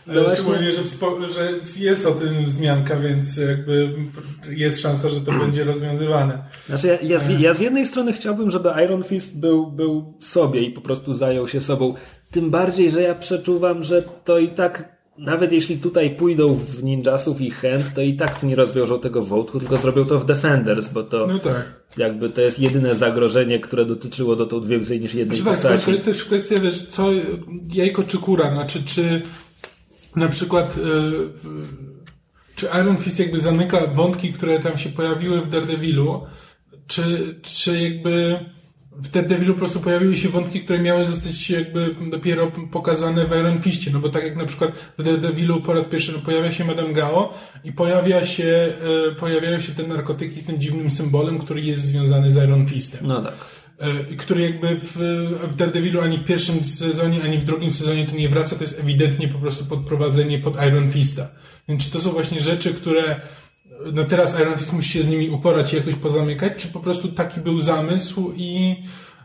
Speaker 3: No
Speaker 4: szczególnie, że, wspo- że jest o tym wzmianka, więc jakby jest szansa, że to będzie rozwiązywane.
Speaker 3: Znaczy ja, ja, z, ja z jednej strony chciałbym, żeby Iron Fist był, był sobie i po prostu zajął się sobą. Tym bardziej, że ja przeczuwam, że to i tak, nawet jeśli tutaj pójdą w Ninjasów i Hand, to i tak tu nie rozwiążą tego wątku, tylko zrobią to w Defenders, bo to
Speaker 4: no tak.
Speaker 3: jakby to jest jedyne zagrożenie, które dotyczyło dotąd więcej niż jednej
Speaker 4: znaczy,
Speaker 3: postaci.
Speaker 4: Tak, to jest też kwestia, wiesz, co jajko czy kura, znaczy czy na przykład yy, czy Iron Fist jakby zamyka wątki, które tam się pojawiły w Daredevilu, czy, czy jakby w Daredevilu po prostu pojawiły się wątki, które miały zostać jakby dopiero pokazane w Iron Fistie, no bo tak jak na przykład w Daredevilu po raz pierwszy no, pojawia się Madame Gao i pojawia się, e, pojawiają się te narkotyki z tym dziwnym symbolem, który jest związany z Iron Fistem.
Speaker 3: No tak.
Speaker 4: E, który jakby w, w Daredevilu ani w pierwszym sezonie, ani w drugim sezonie tu nie wraca, to jest ewidentnie po prostu podprowadzenie pod Iron Fista. Więc czy to są właśnie rzeczy, które no teraz Iron Fist musi się z nimi uporać i jakoś pozamykać, czy po prostu taki był zamysł i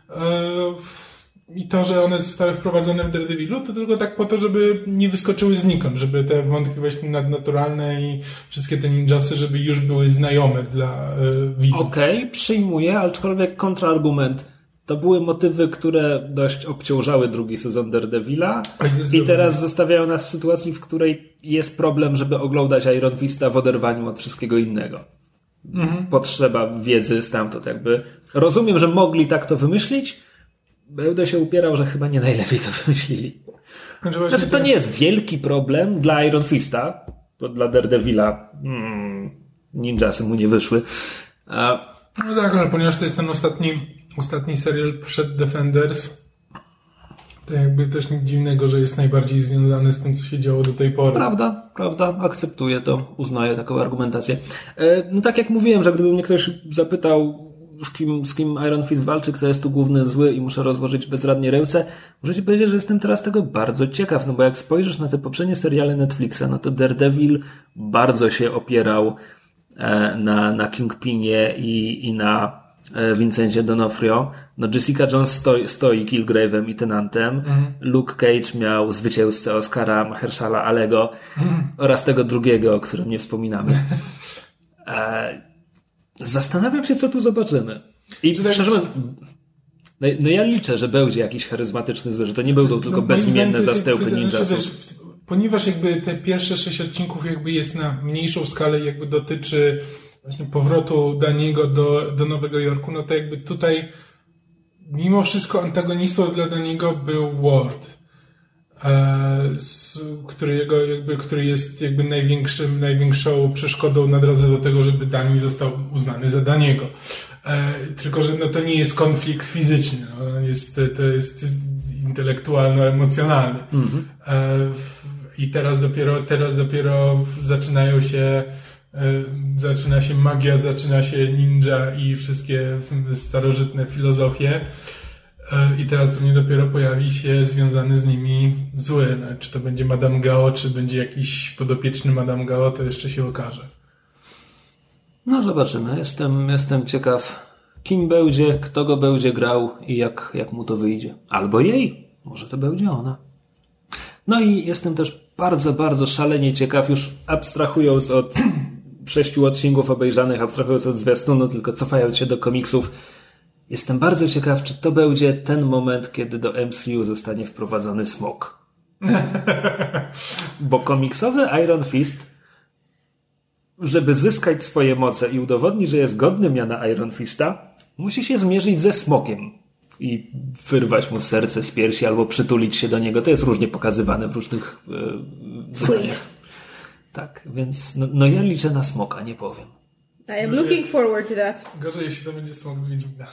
Speaker 4: yy, i to, że one zostały wprowadzone w Daredevilu, to tylko tak po to, żeby nie wyskoczyły znikąd, żeby te wątki właśnie nadnaturalne i wszystkie te ninjasy, żeby już były znajome dla yy, widzów.
Speaker 3: Okej, okay, przyjmuję, aczkolwiek kontrargument. To były motywy, które dość obciążały drugi sezon Daredevila i teraz zostawiają nas w sytuacji, w której jest problem, żeby oglądać Iron Fista w oderwaniu od wszystkiego innego. Mhm. Potrzeba wiedzy stamtąd jakby. Rozumiem, że mogli tak to wymyślić. Będę się upierał, że chyba nie najlepiej to wymyślili. Znaczy, znaczy to nie jest wielki problem dla Iron Fista, bo dla Daredevila hmm, ninjasy mu nie wyszły. A...
Speaker 4: No tak, ale ponieważ to jest ten ostatni Ostatni serial przed Defenders, to jakby też nic dziwnego, że jest najbardziej związany z tym, co się działo do tej pory.
Speaker 3: Prawda, prawda, akceptuję to, uznaję taką argumentację. No tak jak mówiłem, że gdyby mnie ktoś zapytał, z kim, z kim Iron Fist walczy, kto jest tu główny zły i muszę rozłożyć bezradnie ręce, muszę ci powiedzieć, że jestem teraz tego bardzo ciekaw, no bo jak spojrzysz na te poprzednie seriale Netflixa, no to Daredevil bardzo się opierał na, na Kingpinie i, i na Vincencie D'Onofrio. No Jessica Jones stoi, stoi Killgrave'em i Tenantem. Mhm. Luke Cage miał zwycięzcę Oscara Mahershala Alego mhm. oraz tego drugiego, o którym nie wspominamy. E, zastanawiam się, co tu zobaczymy. I szczerze mówiąc, no, no ja liczę, że będzie jakiś charyzmatyczny zły, że to nie będą no, tylko bezimienne zastępy ninjasów.
Speaker 4: Ponieważ jakby te pierwsze sześć odcinków jakby jest na mniejszą skalę, jakby dotyczy właśnie powrotu Daniego do, do Nowego Jorku, no to jakby tutaj mimo wszystko antagonistą dla Daniego był Ward, e, z, który, jego, jakby, który jest jakby największym, największą przeszkodą na drodze do tego, żeby Dani został uznany za Daniego. E, tylko, że no to nie jest konflikt fizyczny, no, jest, to jest intelektualno-emocjonalny. Mm-hmm. E, I teraz dopiero, teraz dopiero zaczynają się zaczyna się magia, zaczyna się ninja i wszystkie starożytne filozofie i teraz pewnie dopiero pojawi się związany z nimi zły. No, czy to będzie Madame Gao, czy będzie jakiś podopieczny Madame Gao, to jeszcze się okaże.
Speaker 3: No zobaczymy. Jestem, jestem ciekaw, kim będzie, kto go będzie grał i jak, jak mu to wyjdzie. Albo jej. Może to będzie ona. No i jestem też bardzo, bardzo szalenie ciekaw, już abstrahując od sześciu odcinków obejrzanych, abstrahując od zwiastunu, tylko cofając się do komiksów, jestem bardzo ciekaw, czy to będzie ten moment, kiedy do M C U zostanie wprowadzony Smok. Bo komiksowy Iron Fist, żeby zyskać swoje moce i udowodnić, że jest godny miana Iron Fista, musi się zmierzyć ze Smokiem i wyrwać mu serce z piersi albo przytulić się do niego. To jest różnie pokazywane w różnych yy,
Speaker 2: Sweet.
Speaker 3: Tak, więc no, no ja liczę na Smoka, nie powiem.
Speaker 2: I am looking forward to that.
Speaker 4: Gorzej, jeśli to będzie Smok z Wiedźmina.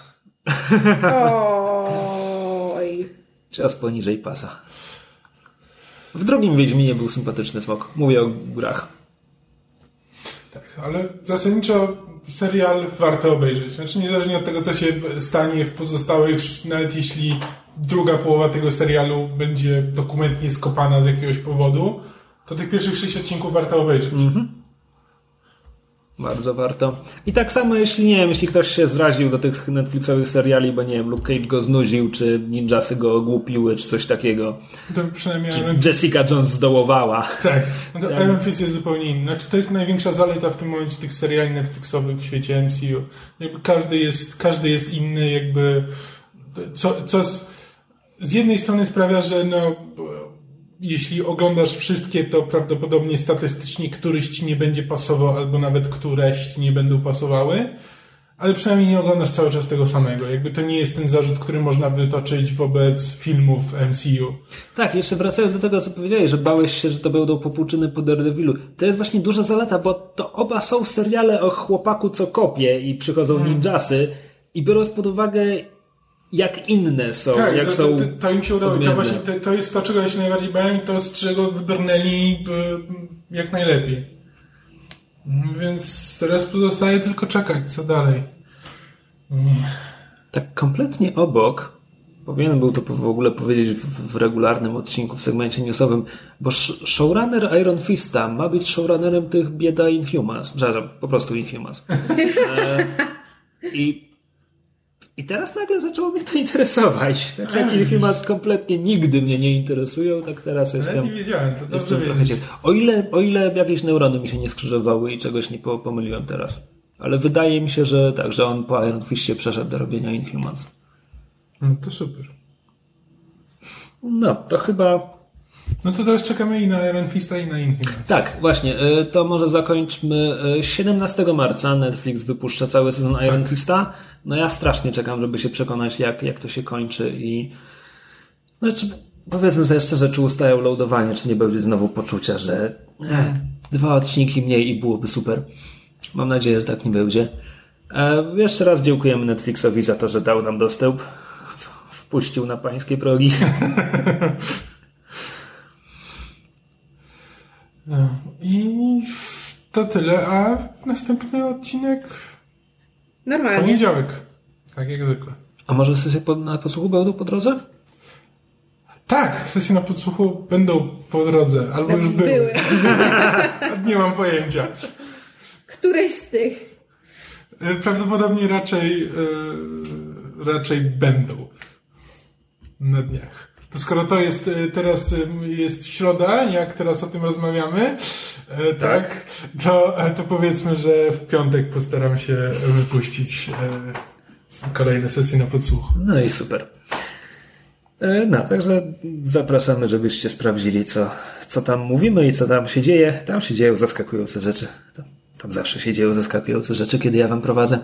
Speaker 2: Oj.
Speaker 3: Czas poniżej pasa. W drugim Wiedźminie był sympatyczny Smok. Mówię o grach.
Speaker 4: Tak, ale zasadniczo serial warto obejrzeć. Znaczy niezależnie od tego, co się stanie w pozostałych, nawet jeśli druga połowa tego serialu będzie dokumentnie skopana z jakiegoś powodu, to tych pierwszych sześć odcinków warto obejrzeć. Mm-hmm.
Speaker 3: Bardzo warto. I tak samo, jeśli nie wiem, jeśli ktoś się zraził do tych Netflixowych seriali, bo nie wiem, Luke Cage go znudził, czy Ninjasy go ogłupiły, czy coś takiego.
Speaker 4: To przynajmniej
Speaker 3: Czy
Speaker 4: Iron...
Speaker 3: Jessica Jones zdołowała.
Speaker 4: Tak, no to
Speaker 3: tak.
Speaker 4: Iron Fist jest zupełnie inny. Znaczy, to jest największa zaleta w tym momencie tych seriali Netflixowych w świecie M C U. Jakby każdy jest, każdy jest inny, jakby co, co z, z jednej strony sprawia, że no jeśli oglądasz wszystkie, to prawdopodobnie statystycznie któryś ci nie będzie pasował, albo nawet któreś ci nie będą pasowały, ale przynajmniej nie oglądasz cały czas tego samego. Jakby to nie jest ten zarzut, który można wytoczyć wobec filmów M C U.
Speaker 3: Tak, jeszcze wracając do tego, co powiedziałeś, że bałeś się, że to będą popłuczyny po Daredevilu. To jest właśnie duża zaleta, bo to oba są seriale o chłopaku, co kopie i przychodzą hmm. ninjasy i biorąc pod uwagę jak inne są,
Speaker 4: tak,
Speaker 3: jak
Speaker 4: to,
Speaker 3: są
Speaker 4: to, to im się udało. I to właśnie to, to jest to, czego ja się najbardziej bałem i to, z czego wybrnęli jak najlepiej. Więc teraz pozostaje tylko czekać, co dalej.
Speaker 3: Tak kompletnie obok, powinien był to w ogóle powiedzieć w, w regularnym odcinku, w segmencie newsowym, bo showrunner Iron Fista ma być showrunnerem tych bieda Inhumans. Przepraszam, po prostu Inhumans. E, I I teraz nagle zaczęło mnie to interesować. Tak jak Inhumans kompletnie nigdy mnie nie interesują, tak teraz
Speaker 4: ale
Speaker 3: jestem...
Speaker 4: nie wiedziałem, to
Speaker 3: jestem
Speaker 4: dobrze
Speaker 3: trochę ciekaw. O ile, o ile jakieś neurony mi się nie skrzyżowały i czegoś nie pomyliłem teraz. Ale wydaje mi się, że tak, że on po Iron Fistie przeszedł do robienia Inhumans.
Speaker 4: No to super.
Speaker 3: No, to chyba...
Speaker 4: No to teraz czekamy i na Iron Fista i na Inhumans.
Speaker 3: Tak, właśnie. To może zakończmy. siedemnastego marca Netflix wypuszcza cały sezon Iron tak. Fista. No ja strasznie czekam, żeby się przekonać, jak, jak to się kończy i znaczy, powiedzmy sobie szczerze, czy ustają loadowanie, czy nie będzie znowu poczucia, że eh, dwa odcinki mniej i byłoby super. Mam nadzieję, że tak nie będzie. E, jeszcze raz dziękujemy Netflixowi za to, że dał nam dostęp. Wpuścił na pańskie progi.
Speaker 4: No, i to tyle, a następny odcinek
Speaker 2: normalnie.
Speaker 4: Poniedziałek. Tak jak zwykle.
Speaker 3: A może sesje po, na podsłuchu będą po drodze?
Speaker 4: Tak, sesje na podsłuchu będą po drodze, albo już były. były. Nie mam pojęcia.
Speaker 2: Któreś z tych?
Speaker 4: Prawdopodobnie raczej yy, raczej będą na dniach. To skoro to jest teraz jest środa, jak teraz o tym rozmawiamy, tak, tak to, to powiedzmy, że w piątek postaram się wypuścić kolejne sesje na podsłuchu.
Speaker 3: No i super. No, także zapraszamy, żebyście sprawdzili, co, co tam mówimy i co tam się dzieje. Tam się dzieją zaskakujące rzeczy. Tam, tam zawsze się dzieją zaskakujące rzeczy, kiedy ja wam prowadzę.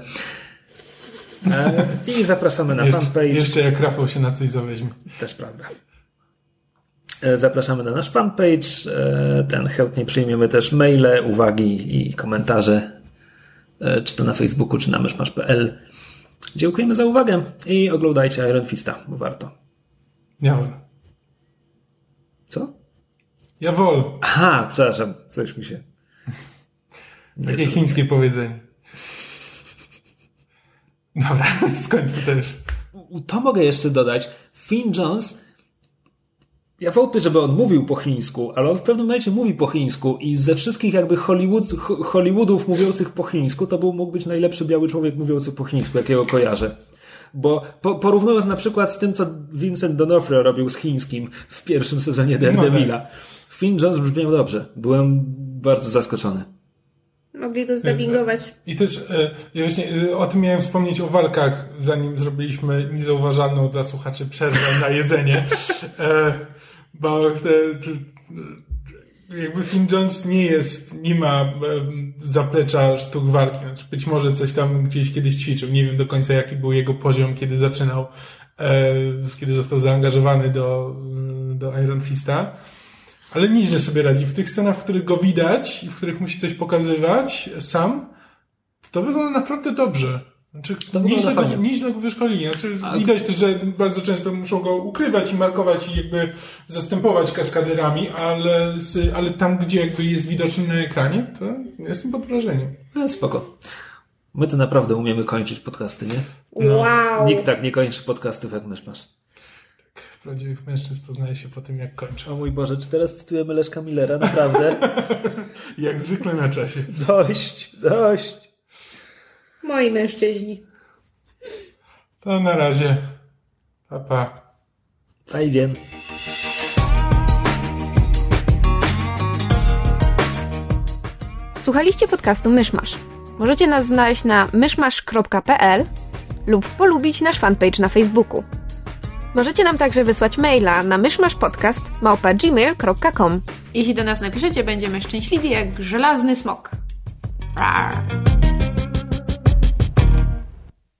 Speaker 3: I zapraszamy na
Speaker 4: jeszcze,
Speaker 3: fanpage.
Speaker 4: Jeszcze jak Rafał się na coś zaweźmie.
Speaker 3: Też prawda. Zapraszamy na nasz fanpage. Ten chętnie przyjmiemy też maile, uwagi i komentarze. Czy to na Facebooku, czy na myszmasz kropka p l. Dziękujemy za uwagę i oglądajcie Iron Fista, bo warto.
Speaker 4: Jawol.
Speaker 3: Co?
Speaker 4: Jawol.
Speaker 3: Aha, przepraszam, coś mi się...
Speaker 4: Takie chińskie powiedzenie. Dobra, skończmy też.
Speaker 3: To mogę jeszcze dodać. Finn Jones, ja wątpię, żeby on mówił po chińsku, ale on w pewnym momencie mówi po chińsku i ze wszystkich jakby Hollywood, Hollywoodów mówiących po chińsku, to był mógł być najlepszy biały człowiek mówiący po chińsku, jakiego kojarzę. Bo po, porównując na przykład z tym, co Vincent D'Onofrio robił z chińskim w pierwszym sezonie Daredevila. No, Finn Jones brzmiał dobrze. Byłem bardzo zaskoczony.
Speaker 2: Mogli to zdubbingować.
Speaker 4: I też ja właśnie o tym miałem wspomnieć o walkach, zanim zrobiliśmy niezauważalną dla słuchaczy przerwę na jedzenie. Bo te, te, jakby Finn Jones nie jest, nie ma zaplecza sztuk walki. Znaczy być może coś tam gdzieś kiedyś ćwiczył. Nie wiem do końca jaki był jego poziom, kiedy zaczynał, kiedy został zaangażowany do, do Iron Fista. Ale nieźle sobie radzi. W tych scenach, w których go widać i w których musi coś pokazywać sam, to wygląda naprawdę dobrze. Znaczy, nieźle, go, nieźle go wyszkolili. Znaczy, A... Widać też, że bardzo często muszą go ukrywać i markować i jakby zastępować kaskaderami, ale, ale tam, gdzie jakby jest widoczny na ekranie, to jestem pod wrażeniem.
Speaker 3: No, spoko. My to naprawdę umiemy kończyć podcasty, nie?
Speaker 2: No. Wow.
Speaker 3: Nikt tak nie kończy podcastów, jak mysz masz.
Speaker 4: prawdziwych mężczyzn poznaje się po tym, jak kończą.
Speaker 3: O mój Boże, czy teraz cytujemy Leszka Millera? Naprawdę?
Speaker 4: Jak zwykle na czasie.
Speaker 3: Dość, dość.
Speaker 2: Moi mężczyźni.
Speaker 4: To na razie. Pa, pa.
Speaker 3: Zajdzień.
Speaker 2: Słuchaliście podcastu Myszmasz. Możecie nas znaleźć na myszmasz kropka p l lub polubić nasz fanpage na Facebooku. Możecie nam także wysłać maila na myszmaszpodcast małpa gmail kropka com. Jeśli do nas napiszecie, będziemy szczęśliwi jak żelazny smok. Rar.